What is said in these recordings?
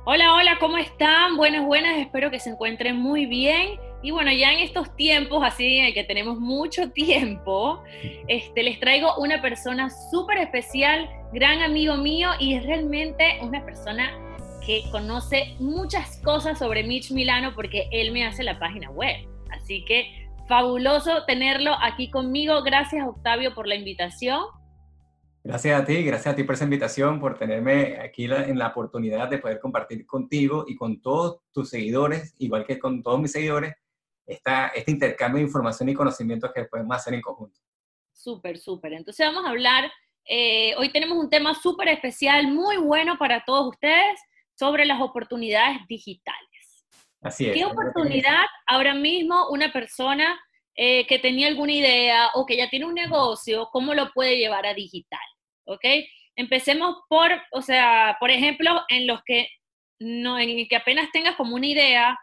Hola, hola, ¿cómo están? Buenas, buenas, espero que se encuentren muy bien. Y bueno, ya en estos tiempos, así en el que tenemos mucho tiempo, les traigo una persona súper especial, gran amigo mío, y es realmente una persona que conoce muchas cosas sobre Mitch Milano porque él me hace la página web. Así que fabuloso tenerlo aquí conmigo. Gracias, Octavio, por la invitación. Gracias a ti por esa invitación, por tenerme aquí en la oportunidad de poder compartir contigo y con todos tus seguidores, igual que con todos mis seguidores, este intercambio de información y conocimientos que podemos hacer en conjunto. Súper, súper. Entonces vamos a hablar, hoy tenemos un tema súper especial, muy bueno para todos ustedes, sobre las oportunidades digitales. Así ¿Qué es, es lo que tienes que oportunidad ahora mismo una persona que tenía alguna idea o que ya tiene un negocio, cómo lo puede llevar a digital? ¿Ok? Empecemos por, o sea, por ejemplo, en los que no, en el que apenas tengas como una idea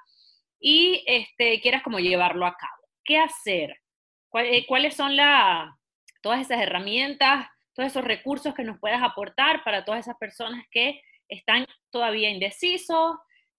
y quieras como llevarlo a cabo. ¿Qué hacer? ¿Cuáles son todas esas herramientas, todos esos recursos que nos puedas aportar para todas esas personas que están todavía indecisos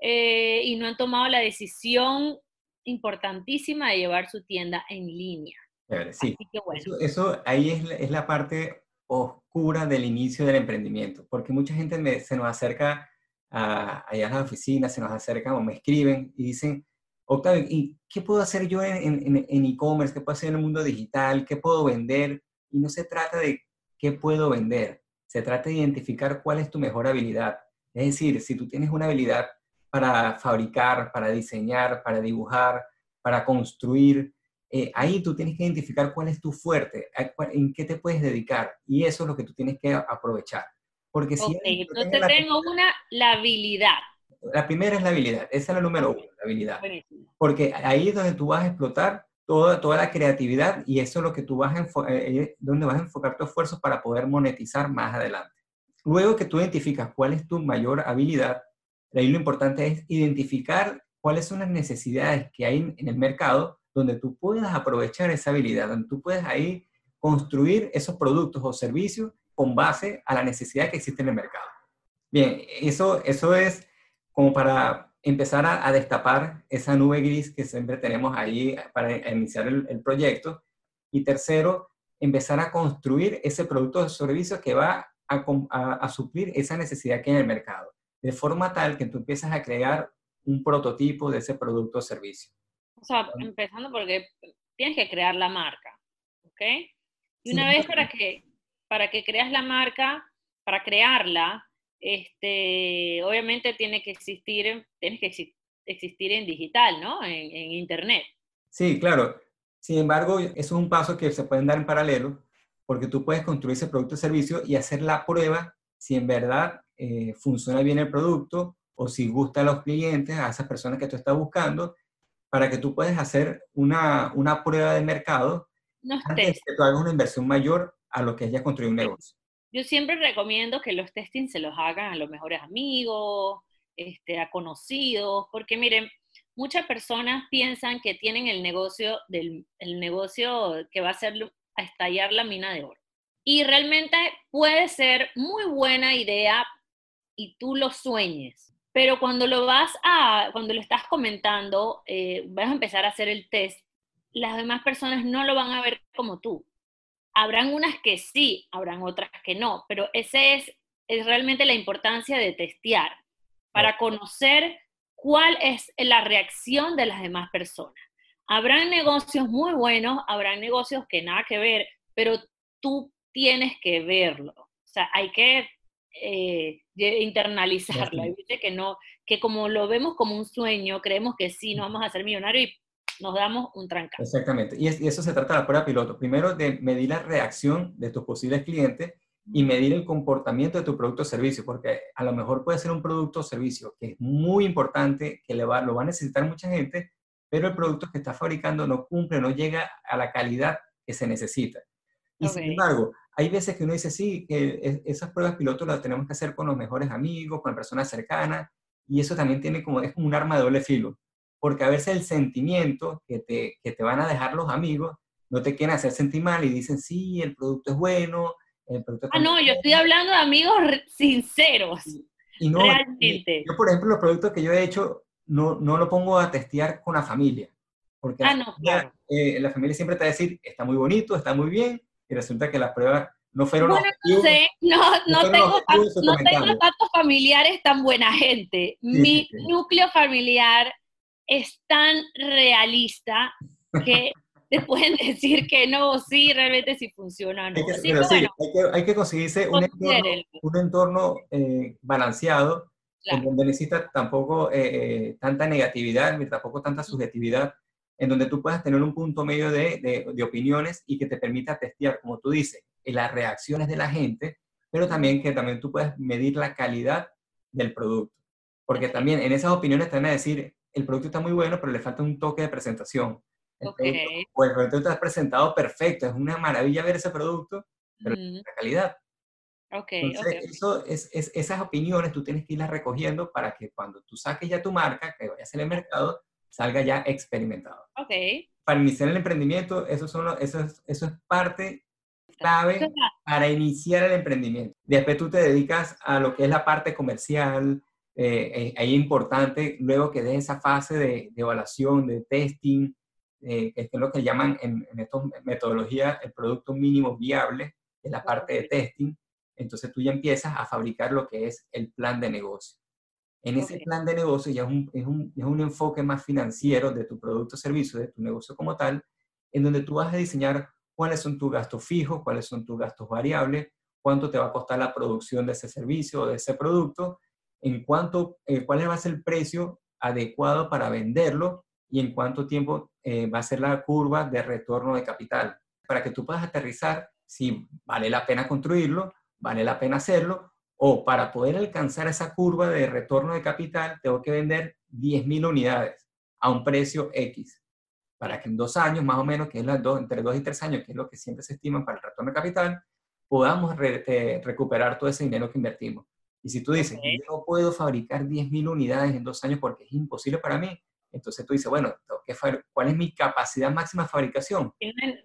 y no han tomado la decisión importantísima de llevar su tienda en línea? chévere, sí. Así que bueno, Eso ahí es la parte oscura del inicio del emprendimiento, porque mucha gente se nos acerca allá a las oficinas, se nos acercan o me escriben y dicen, Octavio, ¿y qué puedo hacer yo en e-commerce? ¿Qué puedo hacer en el mundo digital? ¿Qué puedo vender? Y no se trata de qué puedo vender, se trata de identificar cuál es tu mejor habilidad. Es decir, si tú tienes una habilidad para fabricar, para diseñar, para dibujar, para construir, ahí tú tienes que identificar cuál es tu fuerte, en qué te puedes dedicar, y eso es lo que tú tienes que aprovechar. Porque si ok, eres, tú tengas entonces tengo una, la habilidad. la primera es la habilidad, esa es la número Ok, uno, la habilidad. buenísimo. Porque ahí es donde tú vas a explotar toda la creatividad y eso es lo que tú vas a donde vas a enfocar tu esfuerzo para poder monetizar más adelante. Luego que tú identificas cuál es tu mayor habilidad, ahí lo importante es identificar cuáles son las necesidades que hay en el mercado donde tú puedas aprovechar esa habilidad, donde tú puedes ahí construir esos productos o servicios con base a la necesidad que existe en el mercado. Bien, eso es como para empezar a destapar esa nube gris que siempre tenemos ahí para iniciar el proyecto. Y tercero, empezar a construir ese producto o servicio que va a suplir esa necesidad que hay en el mercado, de forma tal que tú empiezas a crear un prototipo de ese producto o servicio. O sea, empezando porque tienes que crear la marca, ¿ok? Y Sí, una vez para que creas la marca, para crearla, obviamente tienes que existir en digital, ¿no? En internet. sí, claro. Sin embargo, eso es un paso que se pueden dar en paralelo, porque tú puedes construir ese producto o servicio y hacer la prueba si en verdad funciona bien el producto o si gusta a los clientes, a esas personas que tú estás buscando, para que tú puedas hacer una prueba de mercado Unos antes de test. que tú hagas una inversión mayor a lo que es ya construir un negocio. Yo siempre recomiendo que los testings se los hagan a los mejores amigos, a conocidos, porque miren, muchas personas piensan que tienen el negocio que va a hacer a estallar la mina de oro. Y realmente puede ser muy buena idea y tú lo sueñes, pero cuando lo estás comentando, vas a empezar a hacer el test, las demás personas no lo van a ver como tú. Habrán unas que sí, habrán otras que no, pero es realmente la importancia de testear para conocer cuál es la reacción de las demás personas. Habrán negocios muy buenos, habrán negocios que nada que ver, pero tú tienes que verlo. O sea, hay que internalizarlo. Hay veces que no, que como lo vemos como un sueño, creemos que sí, nos vamos a hacer millonarios y nos damos un trancazo. Exactamente. Y eso se trata de la prueba piloto. Primero, de medir la reacción de tus posibles clientes y medir el comportamiento de tu producto o servicio, porque a lo mejor puede ser un producto o servicio que es muy importante, que lo va a necesitar mucha gente, pero el producto que está fabricando no cumple, no llega a la calidad que se necesita. Y sin Ok. embargo, hay veces que uno dice, sí, que esas pruebas piloto las tenemos que hacer con los mejores amigos, con personas cercanas, y eso también es como un arma de doble filo, porque a veces el sentimiento que te van a dejar los amigos no te quieren hacer sentir mal y dicen, sí, el producto es bueno, el producto Ah, está muy no, yo estoy bueno. hablando de amigos sinceros. Y no, realmente. yo, por ejemplo, los productos que yo he hecho, no lo pongo a testear con la familia, porque Ah, no, claro. la familia siempre te va a decir, está muy bonito, está muy bien, y resulta que las pruebas no fueron Bueno, no objetivos, sé, no, no fueron objetivos de su no tengo comentario. tantos familiares tan buena gente. Sí, sí, Mi sí. núcleo familiar es tan realista que te pueden decir que no, sí, realmente sí funciona, no. Así Pero que sí, bueno, hay que conseguirse considérenlo, un entorno balanceado, en claro. donde necesita tampoco tanta negatividad, ni tampoco tanta subjetividad, en donde tú puedas tener un punto medio de opiniones y que te permita testear, como tú dices, las reacciones de la gente, pero también que también tú puedas medir la calidad del producto. Porque Así, también en esas opiniones te van a decir, el producto está muy bueno, pero le falta un toque de presentación. El ok. producto, o el producto está presentado perfecto, es una maravilla ver ese producto, pero Ujú, la calidad. ok, ok, Entonces, esas opiniones tú tienes que irlas recogiendo para que cuando tú saques ya tu marca, que vaya a ser el mercado, salga ya experimentado. ok. Para iniciar el emprendimiento, eso es parte Eso clave para iniciar el emprendimiento. Después tú te dedicas a lo que es la parte comercial, ahí es importante luego que des esa fase de evaluación, de testing, que es lo que llaman en esta metodología el producto mínimo viable, que es la parte de testing. Entonces tú ya empiezas a fabricar lo que es el plan de negocio. En ok, ese plan de negocio ya es un enfoque más financiero de tu producto o servicio, de tu negocio como tal, en donde tú vas a diseñar cuáles son tus gastos fijos, cuáles son tus gastos variables, cuánto te va a costar la producción de ese servicio o de ese producto, en cuánto, cuál va a ser el precio adecuado para venderlo y en cuánto tiempo va a ser la curva de retorno de capital, para que tú puedas aterrizar si vale la pena construirlo, vale la pena hacerlo, o para poder alcanzar esa curva de retorno de capital, tengo que vender 10.000 unidades a un precio X, para claro. que en 2 años más o menos, que es entre 2 y 3 años, que es lo que siempre se estima para el retorno de capital, podamos recuperar todo ese dinero que invertimos. Y si tú Ok. dices, yo no puedo fabricar 10.000 unidades en 2 años porque es imposible para mí, entonces tú dices, bueno, ¿cuál es mi capacidad máxima de fabricación? Tienen-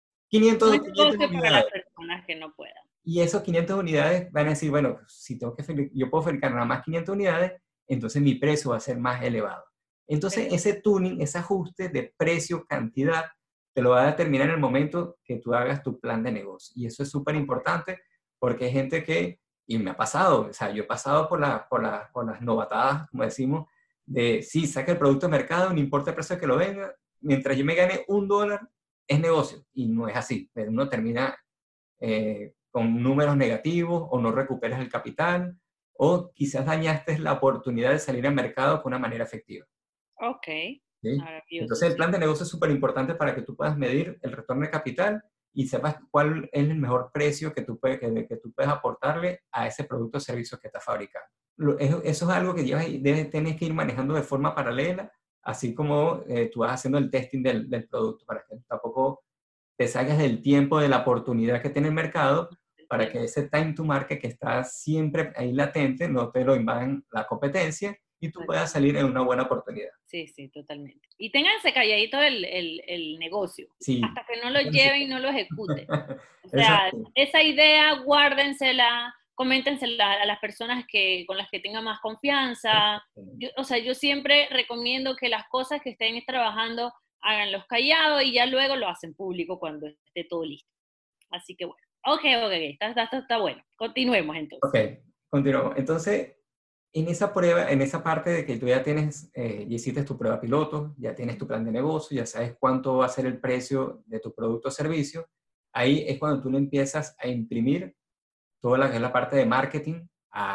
No 500, es 500 negocio para las unidades. personas que no puedan. Y esos 500 unidades van a decir, bueno, si yo puedo fabricar nada más 500 unidades, entonces mi precio va a ser más elevado. Entonces, Perfecto. ese tuning, ese ajuste de precio, cantidad, te lo va a determinar en el momento que tú hagas tu plan de negocio. Y eso es súper importante porque hay gente que, y me ha pasado, o sea, yo he pasado por las novatadas, como decimos, de, sí, saca el producto al mercado, no importa el precio que lo venga, mientras yo me gane $1, es negocio. Y no es así. Uno termina con números negativos o no recuperas el capital o quizás dañaste la oportunidad de salir al mercado con una manera efectiva. Ok, ¿Sí? maravilloso, Entonces el sí. plan de negocio es súper importante para que tú puedas medir el retorno de capital y sepas cuál es el mejor precio que tú puedes aportarle a ese producto o servicio que estás fabricando. Eso es algo que tienes que ir manejando de forma paralela, así como tú vas haciendo el testing del producto, para que tampoco te salgas del tiempo de la oportunidad que tiene el mercado, para Entiendo. que ese time to market que está siempre ahí latente no te lo invadan la competencia y tú puedas salir en una buena oportunidad. Sí, sí, totalmente. Y ténganse calladito el negocio, Sí. hasta que no lo lleven y no lo ejecuten. O sea, Exacto. esa idea, guárdensela, coméntensela a las personas con las que tengan más confianza. O sea, yo siempre recomiendo que las cosas que estén trabajando, háganlos callados y ya luego lo hacen público cuando esté todo listo. Así que bueno. Ok, ok, está bueno. Continuemos Ok, entonces. continuamos. Entonces, en esa prueba, en esa parte de que tú ya tienes, ya hiciste tu prueba piloto, ya tienes tu plan de negocio, ya sabes cuánto va a ser el precio de tu producto o servicio, ahí es cuando tú le empiezas a imprimir toda la que es la parte de marketing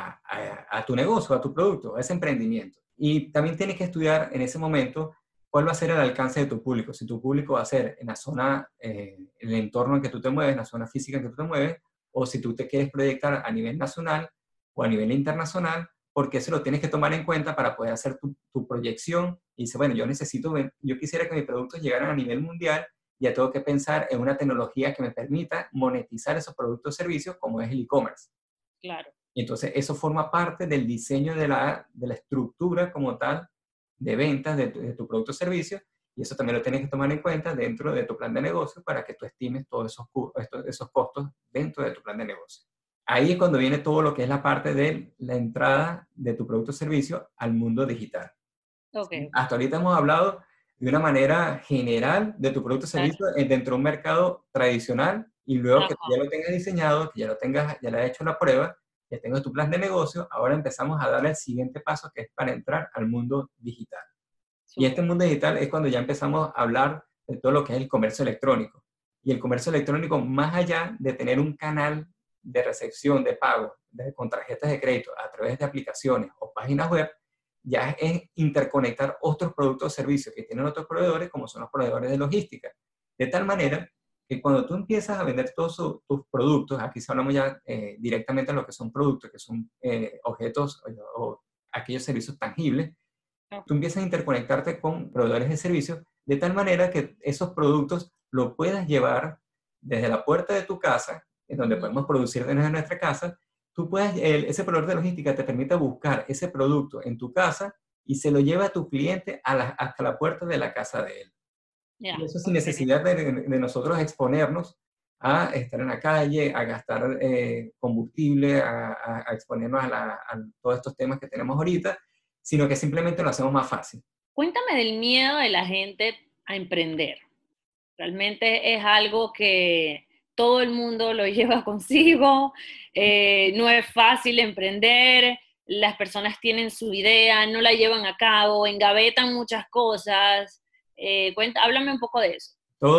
a tu negocio, a tu producto, a ese emprendimiento. Y también tienes que estudiar en ese momento cuál va a ser el alcance de tu público. Si tu público va a ser en la zona, en el entorno en que tú te mueves, en la zona física en que tú te mueves, o si tú te quieres proyectar a nivel nacional o a nivel internacional, porque eso lo tienes que tomar en cuenta para poder hacer tu proyección y dice, bueno, yo quisiera que mis productos llegaran a nivel mundial, ya tengo que pensar en una tecnología que me permita monetizar esos productos o servicios como es el e-commerce. Claro. Y entonces eso forma parte del diseño de la estructura como tal de ventas de tu producto o servicio y eso también lo tienes que tomar en cuenta dentro de tu plan de negocio para que tú estimes todos esos costos dentro de tu plan de negocio. Ahí es cuando viene todo lo que es la parte de la entrada de tu producto o servicio al mundo digital. ¿Sí? Ok, Hasta ahorita hemos hablado de una manera general de tu producto o claro. servicio dentro de un mercado tradicional, y luego que tú Ajá, ya lo tengas diseñado, que ya lo tengas, ya le has hecho la prueba, ya tengas tu plan de negocio, ahora empezamos a darle el siguiente paso, que es para entrar al mundo digital. Y este súper. mundo digital es cuando ya empezamos a hablar de todo lo que es el comercio electrónico. Y el comercio electrónico, más allá de tener un canal de recepción de pago con tarjetas de crédito a través de aplicaciones o páginas web, ya es interconectar otros productos o servicios que tienen otros proveedores, como son los proveedores de logística. De tal manera que cuando tú empiezas a vender todos tus productos, aquí hablamos ya directamente de lo que son productos, que son objetos o aquellos servicios tangibles, tú empiezas a interconectarte con proveedores de servicios de tal manera que esos productos lo puedas llevar desde la puerta de tu casa, en donde Ujú. podemos producir desde nuestra casa. Tú puedes, ese proveedor de logística te permite buscar ese producto en tu casa y se lo lleva a tu cliente hasta la puerta de la casa de él. Y Ya, eso sin ok. necesidad de nosotros exponernos a estar en la calle, a gastar combustible, a exponernos a todos estos temas que tenemos ahorita, sino que simplemente lo hacemos más fácil. Cuéntame del miedo de la gente a emprender. Realmente es algo que todo el mundo lo lleva consigo, no es fácil emprender, las personas tienen su idea, no la llevan a cabo, engavetan muchas cosas. Háblame un poco de eso.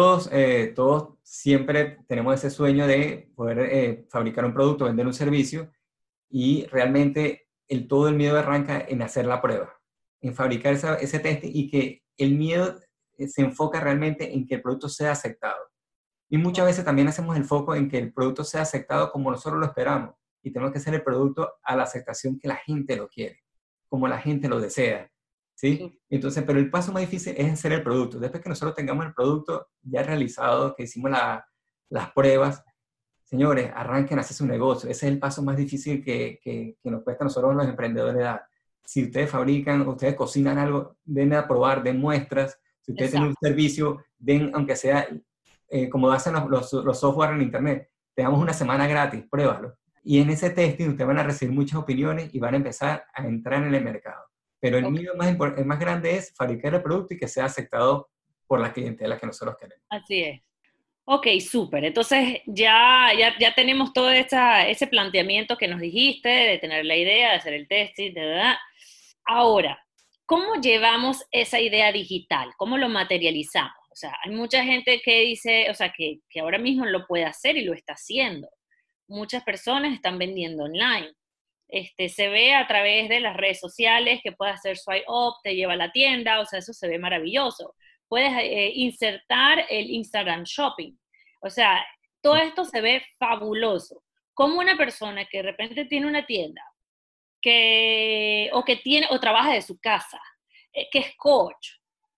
Todos siempre tenemos ese sueño de poder fabricar un producto, vender un servicio, y realmente todo el miedo arranca en hacer la prueba, en fabricar ese test, y que el miedo se enfoca realmente en que el producto sea aceptado. Y muchas veces también hacemos el foco en que el producto sea aceptado como nosotros lo esperamos, y tenemos que hacer el producto a la aceptación que la gente lo quiere, como la gente lo desea, ¿sí? Entonces, pero el paso más difícil es hacer el producto. Después que nosotros tengamos el producto ya realizado, que hicimos las pruebas, señores, arranquen a hacer su negocio. Ese es el paso más difícil que nos cuesta a nosotros los emprendedores dar. Si ustedes fabrican, ustedes cocinan algo, den a probar, den muestras. Si ustedes tienen un Exacto. servicio, den, aunque sea como hacen los software en Internet, te damos una semana gratis, pruébalo. Y en ese testing ustedes van a recibir muchas opiniones y van a empezar a entrar en el mercado. Pero el Ok, mío el más grande es fabricar el producto y que sea aceptado por la clientela que nosotros queremos. así es. Ok, súper. Entonces ya tenemos todo ese planteamiento que nos dijiste, de tener la idea, de hacer el testing, de verdad. Ahora, ¿cómo llevamos esa idea digital? ¿Cómo lo materializamos? O sea, hay mucha gente que dice, o sea, que ahora mismo lo puede hacer y lo está haciendo. Muchas personas están vendiendo online. Se ve a través de las redes sociales que puedes hacer swipe up, te lleva a la tienda, o sea, eso se ve maravilloso. Puedes insertar el Instagram Shopping. O sea, todo esto se ve fabuloso. Como una persona que de repente tiene una tienda o que tiene o trabaja de su casa, que es coach,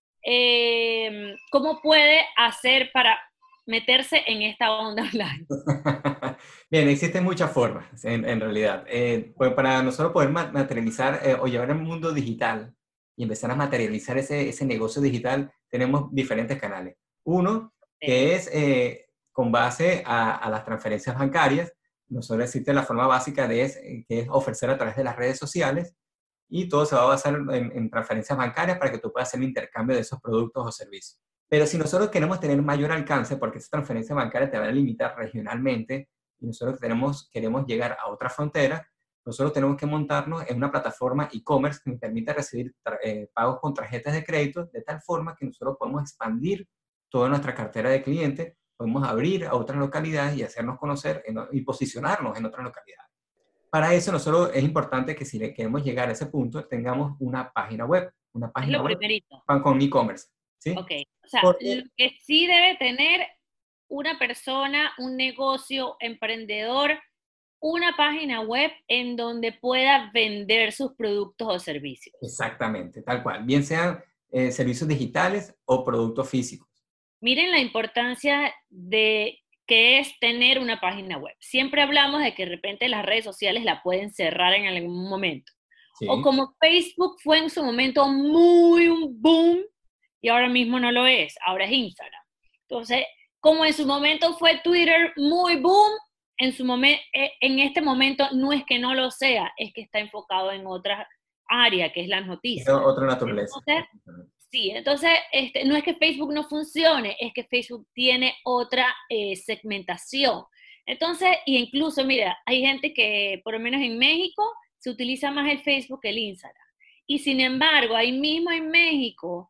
¿cómo puede hacer para meterse en esta onda online? Bien, existen muchas formas en realidad. Pues para nosotros poder materializar o llevar al mundo digital y empezar a materializar ese negocio digital, tenemos diferentes canales. Uno, que es con base a las transferencias bancarias. Nosotros existe la forma básica que es ofrecer a través de las redes sociales, y todo se va a basar en transferencias bancarias para que tú puedas hacer el intercambio de esos productos o servicios. Pero si nosotros queremos tener mayor alcance, porque esa transferencia bancaria te va a limitar regionalmente, y nosotros queremos llegar a otra frontera, nosotros tenemos que montarnos en una plataforma e-commerce que nos permita recibir pagos con tarjetas de crédito, de tal forma que nosotros podemos expandir toda nuestra cartera de clientes, podemos abrir a otras localidades y hacernos conocer y posicionarnos en otras localidades. Para eso nosotros es importante que si le queremos llegar a ese punto, tengamos una Es página lo web primerito. con e-commerce, ¿sí? Ok, o sea, lo Porque que sí debe tener una persona, un negocio, emprendedor, una página web en donde pueda vender sus productos o servicios. exactamente, tal cual, bien sean servicios digitales o productos físicos. Miren la importancia de que es tener una página web. Siempre hablamos de que de repente las redes sociales la pueden cerrar en algún momento. O Sí, como Facebook fue en su momento muy un boom y ahora mismo no lo es, ahora es Instagram. Entonces, como en su momento fue Twitter muy boom, en este momento no es que no lo sea, es que está enfocado en otra área, que es las Tiene noticias. otra naturaleza. Entonces, sí, entonces no es que Facebook no funcione, es que Facebook tiene otra segmentación. Entonces, y incluso, mira, hay gente que, por lo menos en México, se utiliza más el Facebook que el Instagram. Y sin embargo, ahí mismo en México,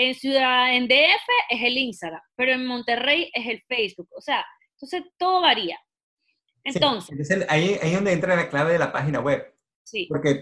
en DF es el Instagram, pero en Monterrey es el Facebook. O sea, entonces todo varía. Sí, Entonces, entonces ahí es donde entra la clave de la página web. sí, Porque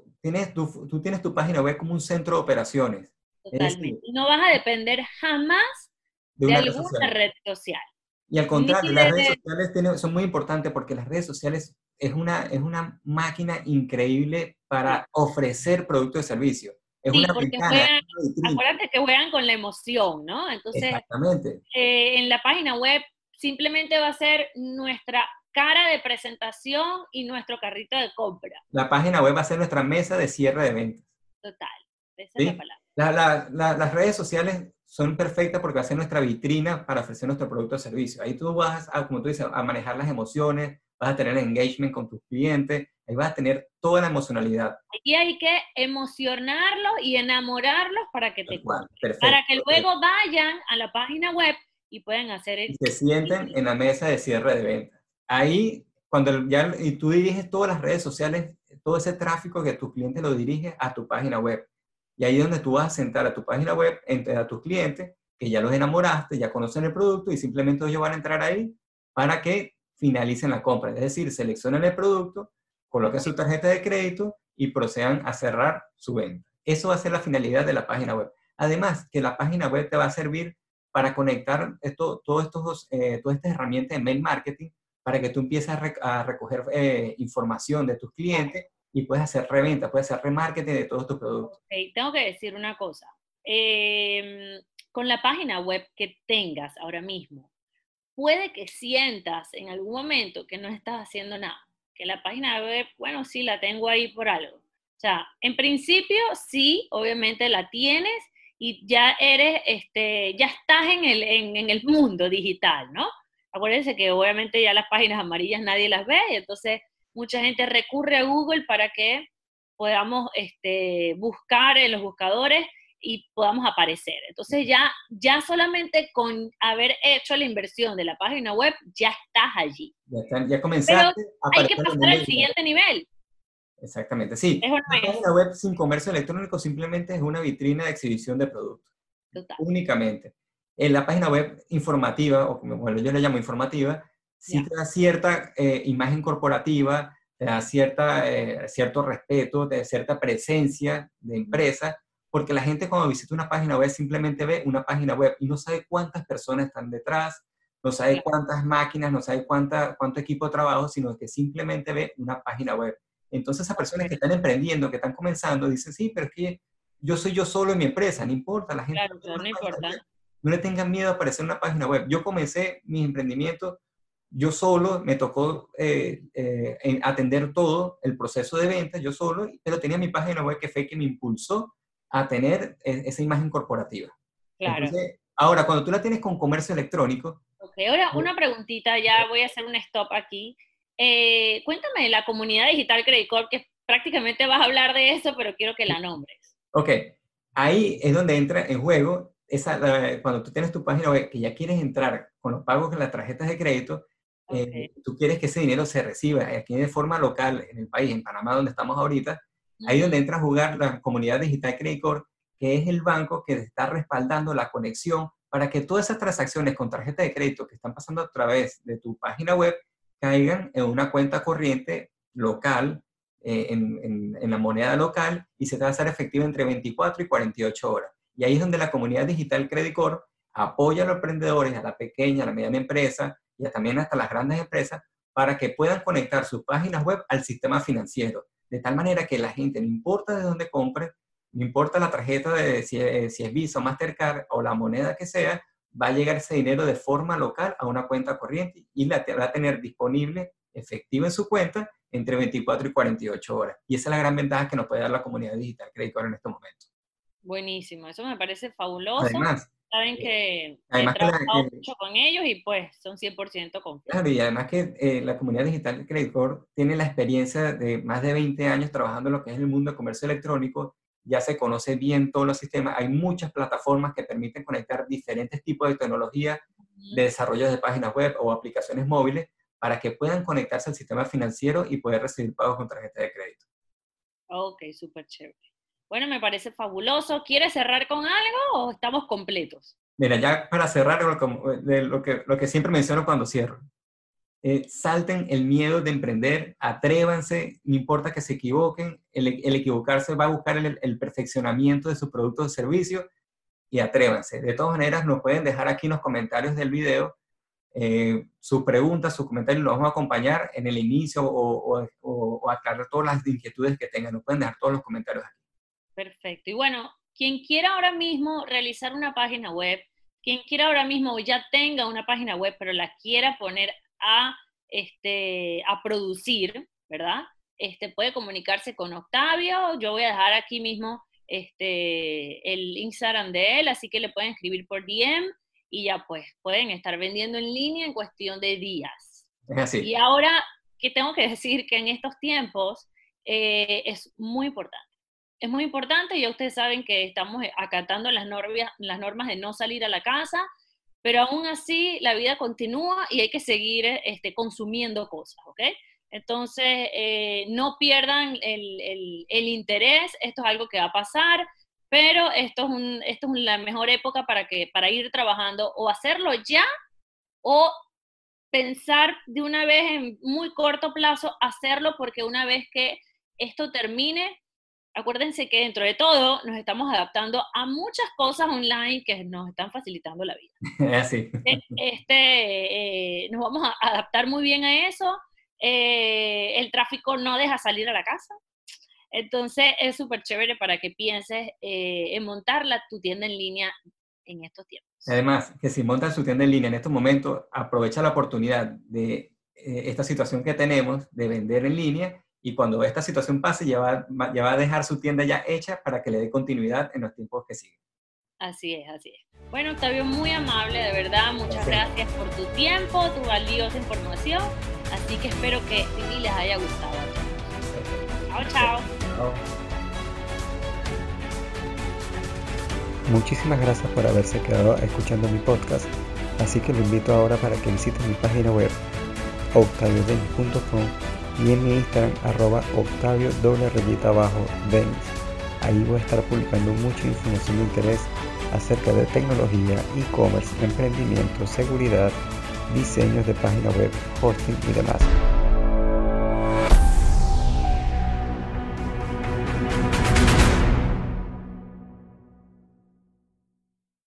tú tienes tu página web como un centro de operaciones. Es totalmente. decir, Y no vas a depender jamás de de una red alguna social. red social. Y al Ni contrario, las redes de, sociales son muy importantes porque las redes sociales es una máquina increíble sí, para ofrecer productos y servicios. Es sí, una porque ventana, es juegan, una vitrina. acuérdate que juegan con la emoción, ¿no? Entonces, Exactamente. en la página web simplemente va a ser nuestra cara de presentación y nuestro carrito de compra. La página web va a ser nuestra mesa de cierre de ventas. Total, esa es la ¿Sí? palabra. Las redes sociales son perfectas porque va a ser nuestra vitrina para ofrecer nuestro producto o servicio. Ahí tú vas a, como tú dices, a manejar las emociones, vas a tener engagement con tus clientes, ahí vas a tener toda la emocionalidad. Y hay que emocionarlos y enamorarlos para que Tal te cual. compren, para Perfecto, que perfecto. luego vayan a la página web y puedan hacer Y el... se sienten en la mesa de cierre de ventas. Ahí, cuando ya y tú diriges todas las redes sociales, todo ese tráfico que tus clientes lo diriges a tu página web. Y ahí es donde tú vas a sentar a tu página web, a tus clientes, que ya los enamoraste, ya conocen el producto y simplemente ellos van a entrar ahí para que finalicen la compra. Es decir, seleccionen el producto, coloquen su tarjeta de crédito y procedan a cerrar su venta. Eso va a ser la finalidad de la página web. Además, que la página web te va a servir para conectar todas estas herramientas de mail marketing para que tú empieces a recoger información de tus clientes y puedes hacer reventa, puedes hacer remarketing de todos tus productos. Okay, tengo que decir una cosa. Con la página web que tengas ahora mismo, puede que sientas en algún momento que no estás haciendo nada, que la página web, bueno, sí, la tengo ahí por algo. O sea, en principio sí, obviamente la tienes y ya eres, ya estás en el mundo digital, ¿no? Acuérdense que obviamente ya las páginas amarillas nadie las ve, y entonces mucha gente recurre a Google para que podamos buscar en los buscadores y podamos aparecer. Entonces ya solamente con haber hecho la inversión de la página web, ya estás allí. Ya Pero comenzaste a hay que aparecer en el pasar mundo al digital. siguiente nivel. Exactamente, sí. Eso no Una es página web sin comercio electrónico simplemente es una vitrina de exhibición de productos, total. únicamente. En la página web informativa, o como bueno, yo le llamo informativa, sí Ya. te da cierta imagen corporativa, te da cierto respeto, te da cierta presencia de empresa, porque la gente cuando visita una página web simplemente ve una página web y no sabe cuántas personas están detrás, no sabe Claro, cuántas máquinas, no sabe cuánto equipo de trabajo, sino que simplemente ve una página web. Entonces, esas personas que okay. están emprendiendo, que están comenzando, dicen, sí, pero es que yo soy yo solo en mi empresa, no importa, la gente Claro, no tiene claro, una no página web. importa. No le tengan miedo a aparecer en una página web. Yo comencé mis emprendimientos yo solo, me tocó atender todo el proceso de venta, yo solo, pero tenía mi página web que fue que me impulsó a tener esa imagen corporativa. Claro. Entonces, ahora, cuando tú la tienes con comercio electrónico, Ok, ahora eh, una preguntita, ya voy a hacer un stop aquí. Cuéntame de la comunidad digital Credit Corp, que prácticamente vas a hablar de eso, pero quiero que la nombres. ok, ahí es donde entra en juego cuando tú tienes tu página web que ya quieres entrar con los pagos con las tarjetas de crédito, Ok. tú quieres que ese dinero se reciba aquí de forma local en el país, en Panamá, donde estamos ahorita, ahí es donde Ujú. entra a jugar la comunidad digital Credit Corp, que es el banco que está respaldando la conexión para que todas esas transacciones con tarjeta de crédito que están pasando a través de tu página web caigan en una cuenta corriente local en la moneda local y se te va a hacer efectiva entre 24 y 48 horas. Y ahí es donde la comunidad digital Credit Corp apoya a los emprendedores, a la pequeña, a la mediana empresa y también hasta las grandes empresas para que puedan conectar sus páginas web al sistema financiero. De tal manera que la gente, no importa de dónde compre, no importa la tarjeta de si es Visa o Mastercard o la moneda que sea, va a llegar ese dinero de forma local a una cuenta corriente y la va a tener disponible, efectiva en su cuenta, entre 24 y 48 horas. Y esa es la gran ventaja que nos puede dar la comunidad digital Credit Corp en este momento. Buenísimo, eso me parece fabuloso. Además, saben que he Además que, trabajado mucho con ellos y pues son 100% confiables. claro, y además que la comunidad digital de Credit Corp tiene la experiencia de más de 20 años trabajando en lo que es el mundo de comercio electrónico, ya se conoce bien todos los sistemas, hay muchas plataformas que permiten conectar diferentes tipos de tecnología de desarrollo de páginas web o aplicaciones móviles para que puedan conectarse al sistema financiero y poder recibir pagos con tarjeta de crédito. Ok, súper chévere. Bueno, me parece fabuloso. ¿Quieres cerrar con algo o estamos completos? Mira, ya para cerrar, lo que siempre menciono cuando cierro. Salten el miedo de emprender, atrévanse, no importa que se equivoquen, el equivocarse va a buscar el perfeccionamiento de sus productos o servicios y atrévanse. De todas maneras, nos pueden dejar aquí en los comentarios del video sus preguntas, sus comentarios, los vamos a acompañar en el inicio o aclarar todas las inquietudes que tengan. Nos pueden dejar todos los comentarios aquí. Perfecto. Y bueno, quien quiera ahora mismo realizar una página web, quien quiera ahora mismo ya tenga una página web, pero la quiera poner a producir, ¿verdad? Puede comunicarse con Octavio. Yo voy a dejar aquí mismo el Instagram de él, así que le pueden escribir por DM y ya pues pueden estar vendiendo en línea en cuestión de días. Es así. Y ahora, que tengo que decir que en estos tiempos es muy importante. Es muy importante, ya ustedes saben que estamos acatando las normas de no salir a la casa, pero aún así la vida continúa y hay que seguir consumiendo cosas, ¿ok? Entonces, no pierdan el interés, esto es algo que va a pasar, pero esto es la mejor época para ir trabajando o hacerlo ya o pensar de una vez en muy corto plazo hacerlo, porque una vez que esto termine, acuérdense que dentro de todo nos estamos adaptando a muchas cosas online que nos están facilitando la vida. Es así. Nos vamos a adaptar muy bien a eso. El tráfico no deja salir a la casa. Entonces es súper chévere para que pienses en montar tu tienda en línea en estos tiempos. Además, que si montan su tienda en línea en estos momentos, aprovecha la oportunidad de esta situación que tenemos de vender en línea, y cuando esta situación pase ya va a dejar su tienda ya hecha para que le dé continuidad en los tiempos que siguen. Así es, así es. Bueno, Octavio, muy amable, de verdad. Muchas gracias por tu tiempo, tu valiosa información. Así que espero que les haya gustado. Chao, chao. Chao. Muchísimas gracias por haberse quedado escuchando mi podcast, así que lo invito ahora para que visiten mi página web octaviodenis.com y en mi Instagram @octavio_denis. Ahí voy a estar publicando mucha información de interés acerca de tecnología, e-commerce, emprendimiento, seguridad, diseños de página web, hosting y demás.